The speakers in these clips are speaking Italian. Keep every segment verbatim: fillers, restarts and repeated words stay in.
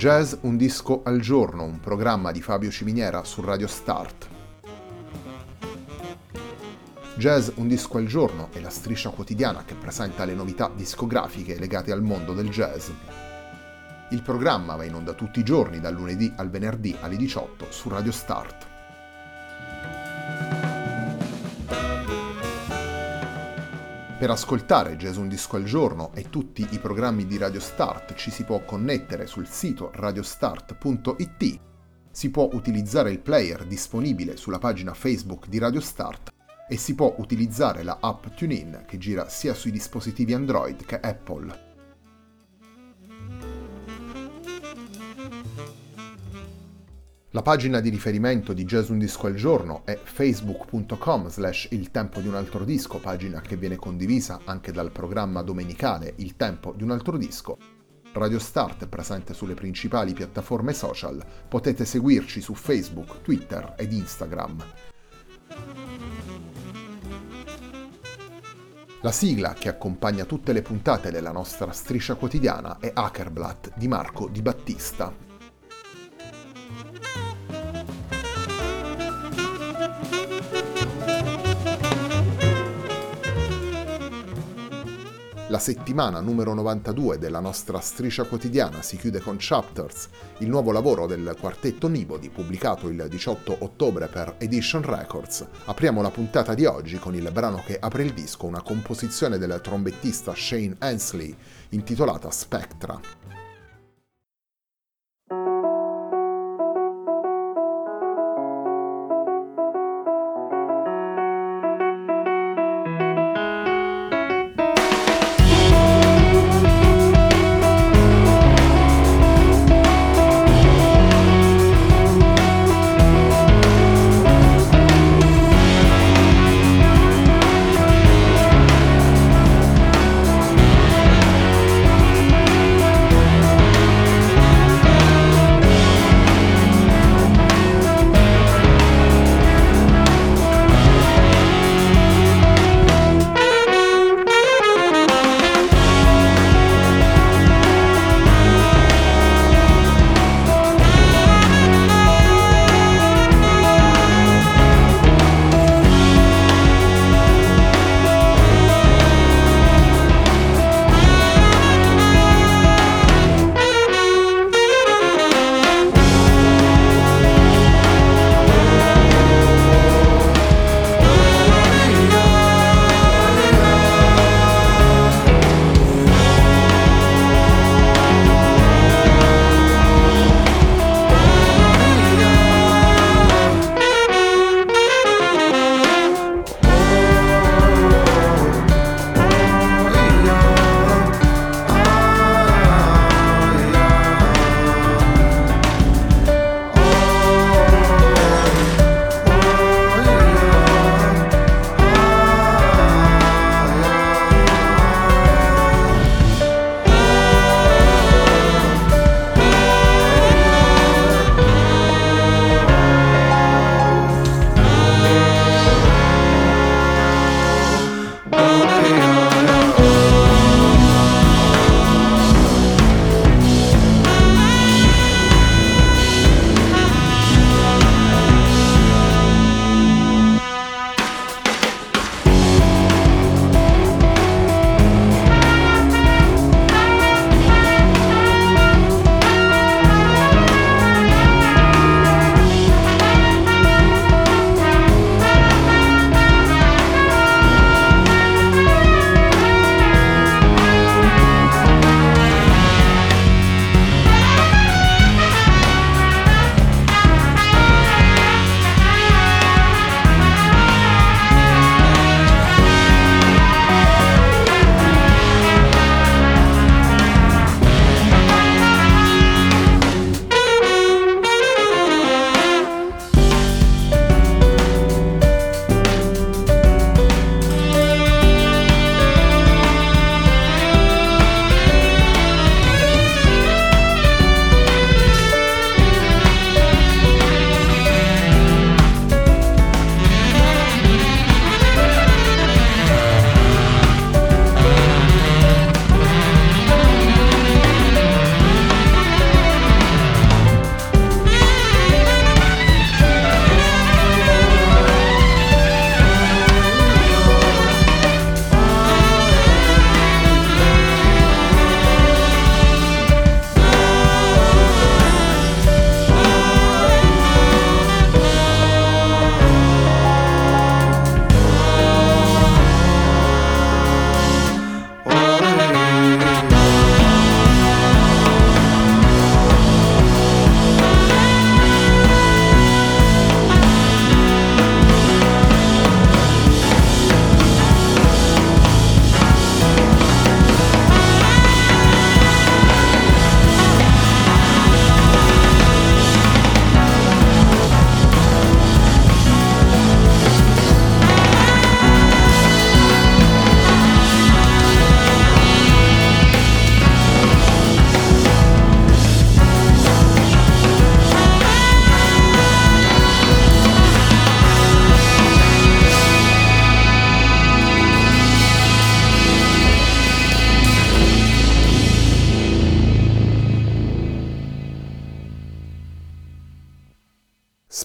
Jazz un disco al giorno, un programma di Fabio Ciminiera su Radio Start. Jazz un disco al giorno è la striscia quotidiana che presenta le novità discografiche legate al mondo del jazz. Il programma va in onda tutti i giorni dal lunedì al venerdì alle diciotto su Radio Start. Per ascoltare Jazz un disco al giorno e tutti i programmi di Radio Start ci si può connettere sul sito radiostart punto it, si può utilizzare il player disponibile sulla pagina Facebook di Radio Start e si può utilizzare la app TuneIn che gira sia sui dispositivi Android che Apple. La pagina di riferimento di Jazz un disco al giorno è facebook punto com slash il tempo di un altro disco, pagina che viene condivisa anche dal programma domenicale Il tempo di un altro disco. Radio Start è presente sulle principali piattaforme social, potete seguirci su Facebook, Twitter ed Instagram. La sigla che accompagna tutte le puntate della nostra striscia quotidiana è Hackerblatt di Marco Di Battista. La settimana numero novantadue della nostra striscia quotidiana si chiude con Chapters, il nuovo lavoro del quartetto Nibodi, pubblicato il diciotto ottobre per Edition Records. Apriamo la puntata di oggi con il brano che apre il disco, una composizione del trombettista Shane Hensley, intitolata Spectra.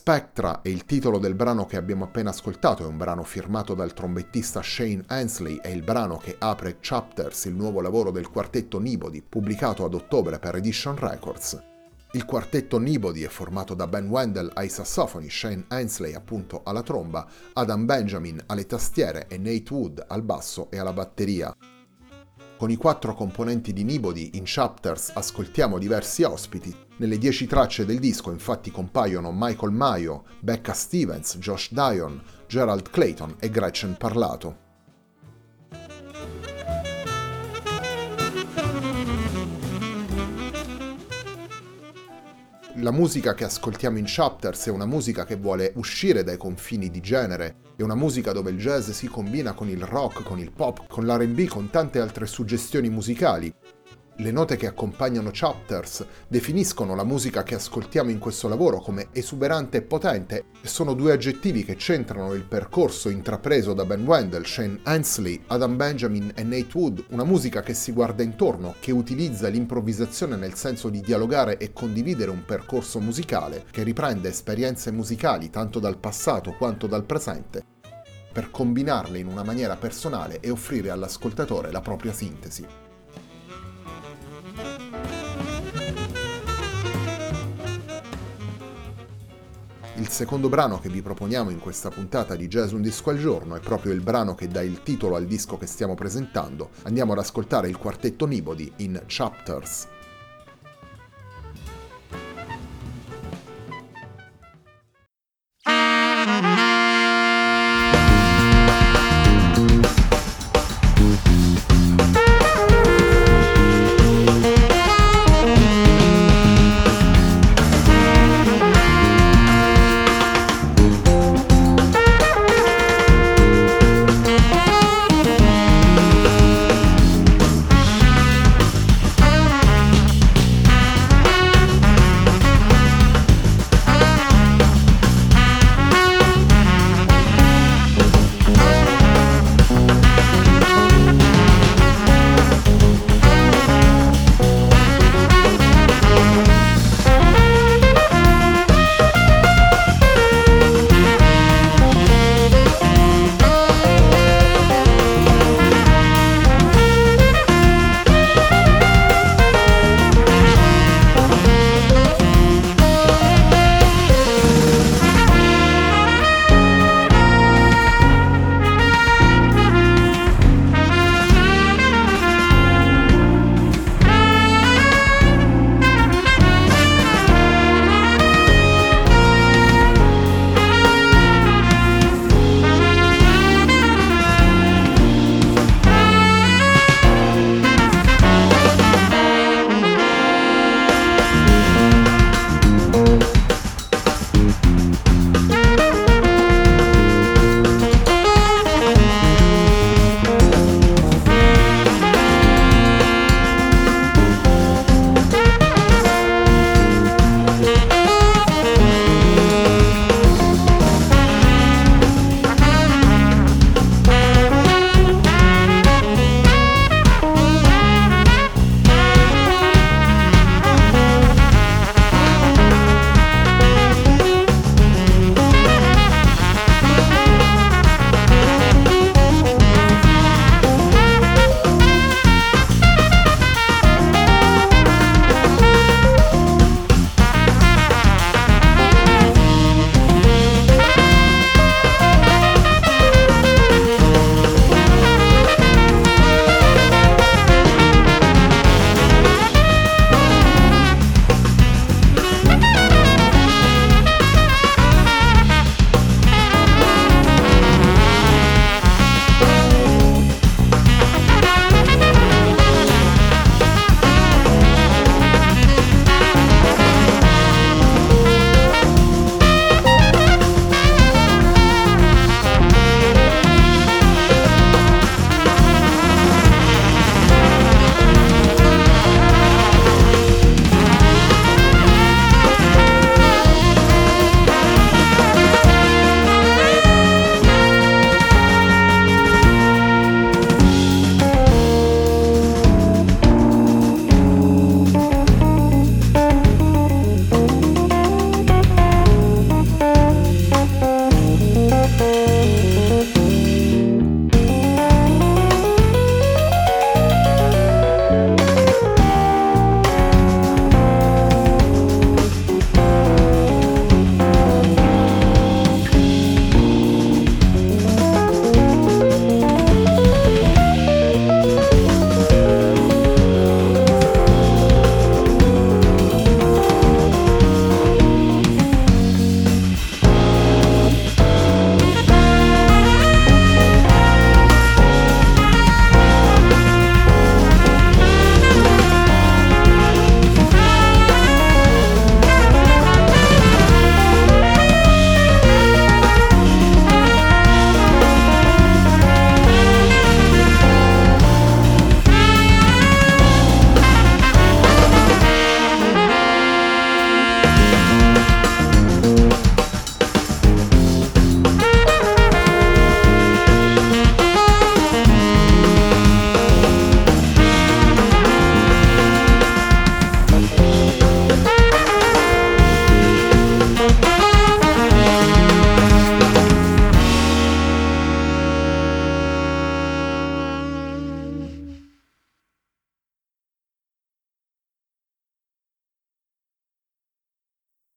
Spectra è il titolo del brano che abbiamo appena ascoltato, è un brano firmato dal trombettista Shane Hensley, è il brano che apre Chapters, il nuovo lavoro del quartetto Nibody, pubblicato ad ottobre per Edition Records. Il quartetto Nibody è formato da Ben Wendell ai sassofoni, Shane Hensley appunto alla tromba, Adam Benjamin alle tastiere e Nate Wood al basso e alla batteria. Con i quattro componenti di Nibody in Chapters ascoltiamo diversi ospiti. Nelle dieci tracce del disco infatti compaiono Michael Mayo, Becca Stevens, Josh Dion, Gerald Clayton e Gretchen Parlato. La musica che ascoltiamo in Chapters è una musica che vuole uscire dai confini di genere, è una musica dove il jazz si combina con il rock, con il pop, con l'R and B, con tante altre suggestioni musicali. Le note che accompagnano Chapters definiscono la musica che ascoltiamo in questo lavoro come esuberante e potente, e sono due aggettivi che centrano il percorso intrapreso da Ben Wendell, Shane Hensley, Adam Benjamin e Nate Wood, una musica che si guarda intorno, che utilizza l'improvvisazione nel senso di dialogare e condividere un percorso musicale, che riprende esperienze musicali tanto dal passato quanto dal presente, per combinarle in una maniera personale e offrire all'ascoltatore la propria sintesi. Il secondo brano che vi proponiamo in questa puntata di Jazz Un Disco al Giorno è proprio il brano che dà il titolo al disco che stiamo presentando. Andiamo ad ascoltare il quartetto Nibody in Chapters.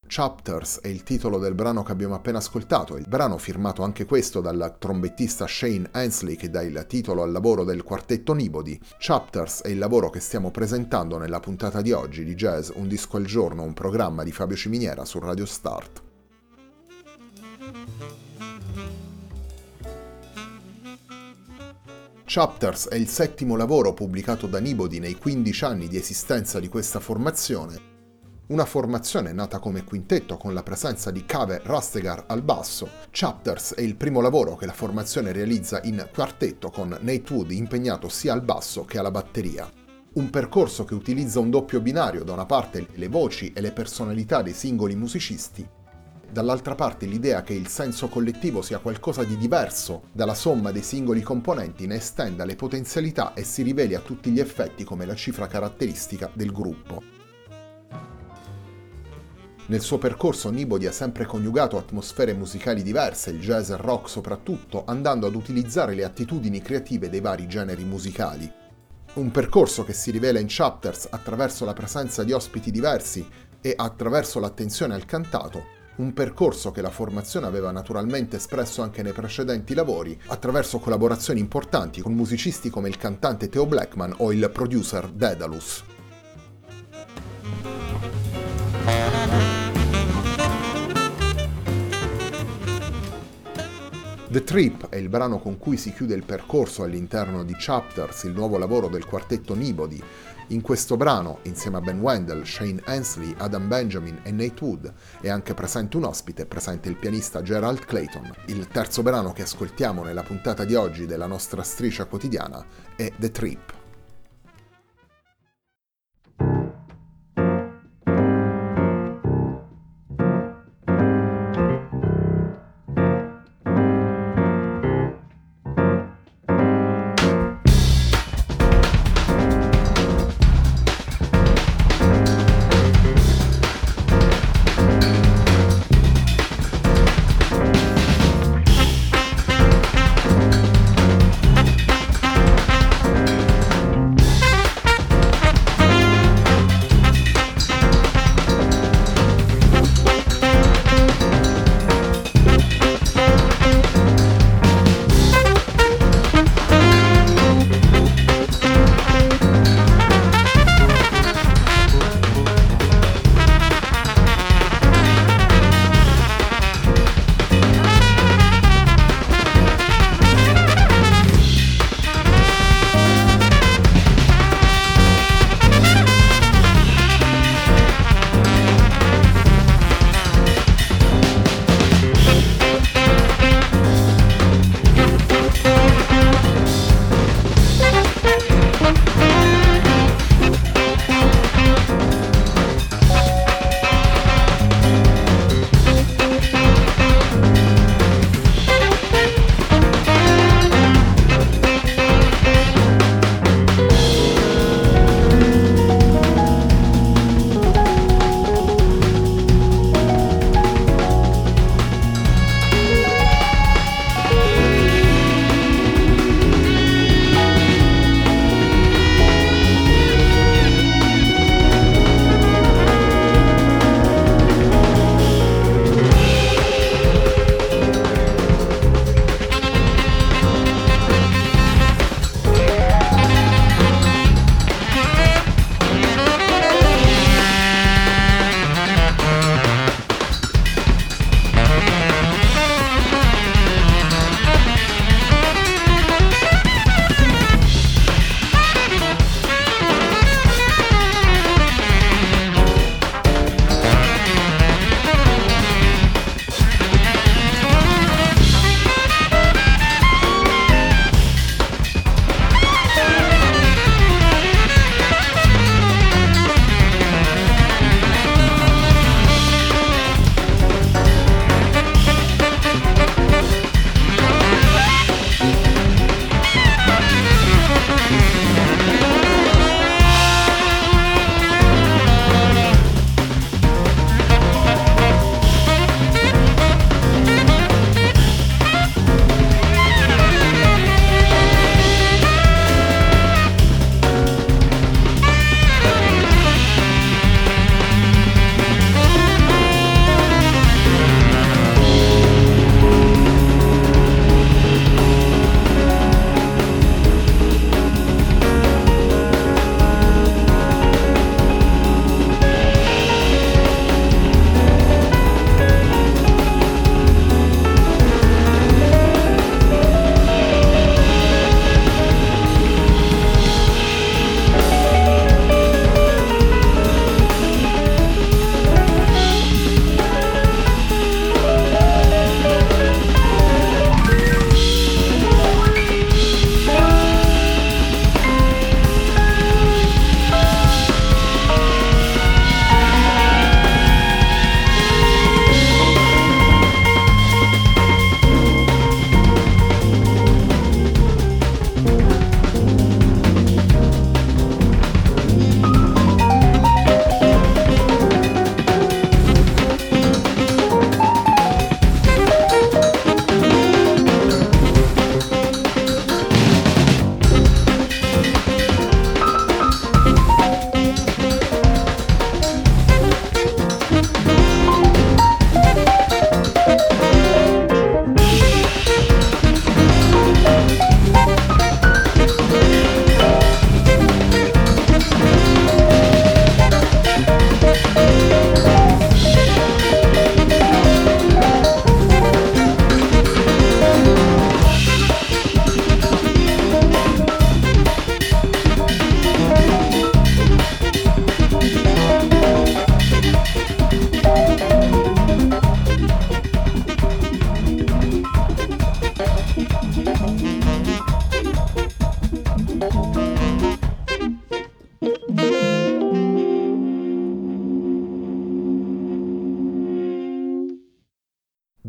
Chapters è il titolo del brano che abbiamo appena ascoltato, il brano firmato anche questo dal trombettista Shane Hensley che dà il titolo al lavoro del quartetto Nibody. Chapters è il lavoro che stiamo presentando nella puntata di oggi di Jazz Un Disco al Giorno, un programma di Fabio Ciminiera su Radio Start. Chapters è il settimo lavoro pubblicato da Nibody nei quindici anni di esistenza di questa formazione. Una formazione nata come quintetto con la presenza di Kaveh Rastegar al basso. Chapters è il primo lavoro che la formazione realizza in quartetto con Nate Wood impegnato sia al basso che alla batteria. Un percorso che utilizza un doppio binario, da una parte le voci e le personalità dei singoli musicisti, dall'altra parte l'idea che il senso collettivo sia qualcosa di diverso dalla somma dei singoli componenti, ne estenda le potenzialità e si riveli a tutti gli effetti come la cifra caratteristica del gruppo. Nel suo percorso Nibody ha sempre coniugato atmosfere musicali diverse, il jazz e il rock soprattutto, andando ad utilizzare le attitudini creative dei vari generi musicali. Un percorso che si rivela in Chapters attraverso la presenza di ospiti diversi e attraverso l'attenzione al cantato, un percorso che la formazione aveva naturalmente espresso anche nei precedenti lavori, attraverso collaborazioni importanti con musicisti come il cantante Theo Blackman o il producer Daedalus. The Trip è il brano con cui si chiude il percorso all'interno di Chapters, il nuovo lavoro del quartetto Nibody. In questo brano, insieme a Ben Wendell, Shane Hensley, Adam Benjamin e Nate Wood, è anche presente un ospite, presente il pianista Gerald Clayton. Il terzo brano che ascoltiamo nella puntata di oggi della nostra striscia quotidiana è The Trip.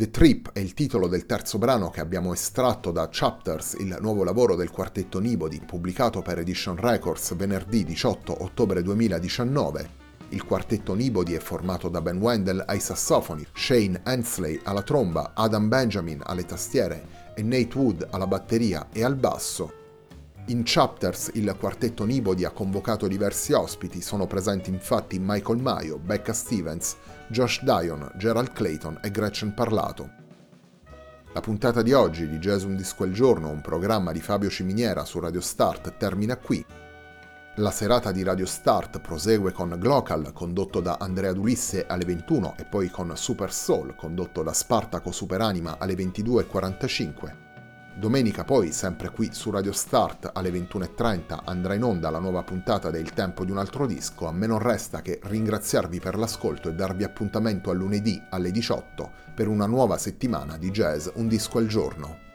The Trip è il titolo del terzo brano che abbiamo estratto da Chapters, il nuovo lavoro del quartetto Nibody, pubblicato per Edition Records venerdì diciotto ottobre duemiladiciannove. Il quartetto Nibody è formato da Ben Wendell ai sassofoni, Shane Hensley alla tromba, Adam Benjamin alle tastiere e Nate Wood alla batteria e al basso. In Chapters il quartetto Nibody ha convocato diversi ospiti, sono presenti infatti Michael Maio, Becca Stevens, Josh Dion, Gerald Clayton e Gretchen Parlato. La puntata di oggi di Jazz Un Disco al Giorno, un programma di Fabio Ciminiera su Radio Start, termina qui. La serata di Radio Start prosegue con Glocal, condotto da Andrea D'Ulisse alle ventuno, e poi con Super Soul, condotto da Spartaco Superanima alle ventidue e quarantacinque. Domenica poi, sempre qui su Radio Start, alle ventuno e trenta, andrà in onda la nuova puntata de Il tempo di un altro disco. A me non resta che ringraziarvi per l'ascolto e darvi appuntamento a lunedì alle diciotto per una nuova settimana di Jazz Un Disco al Giorno.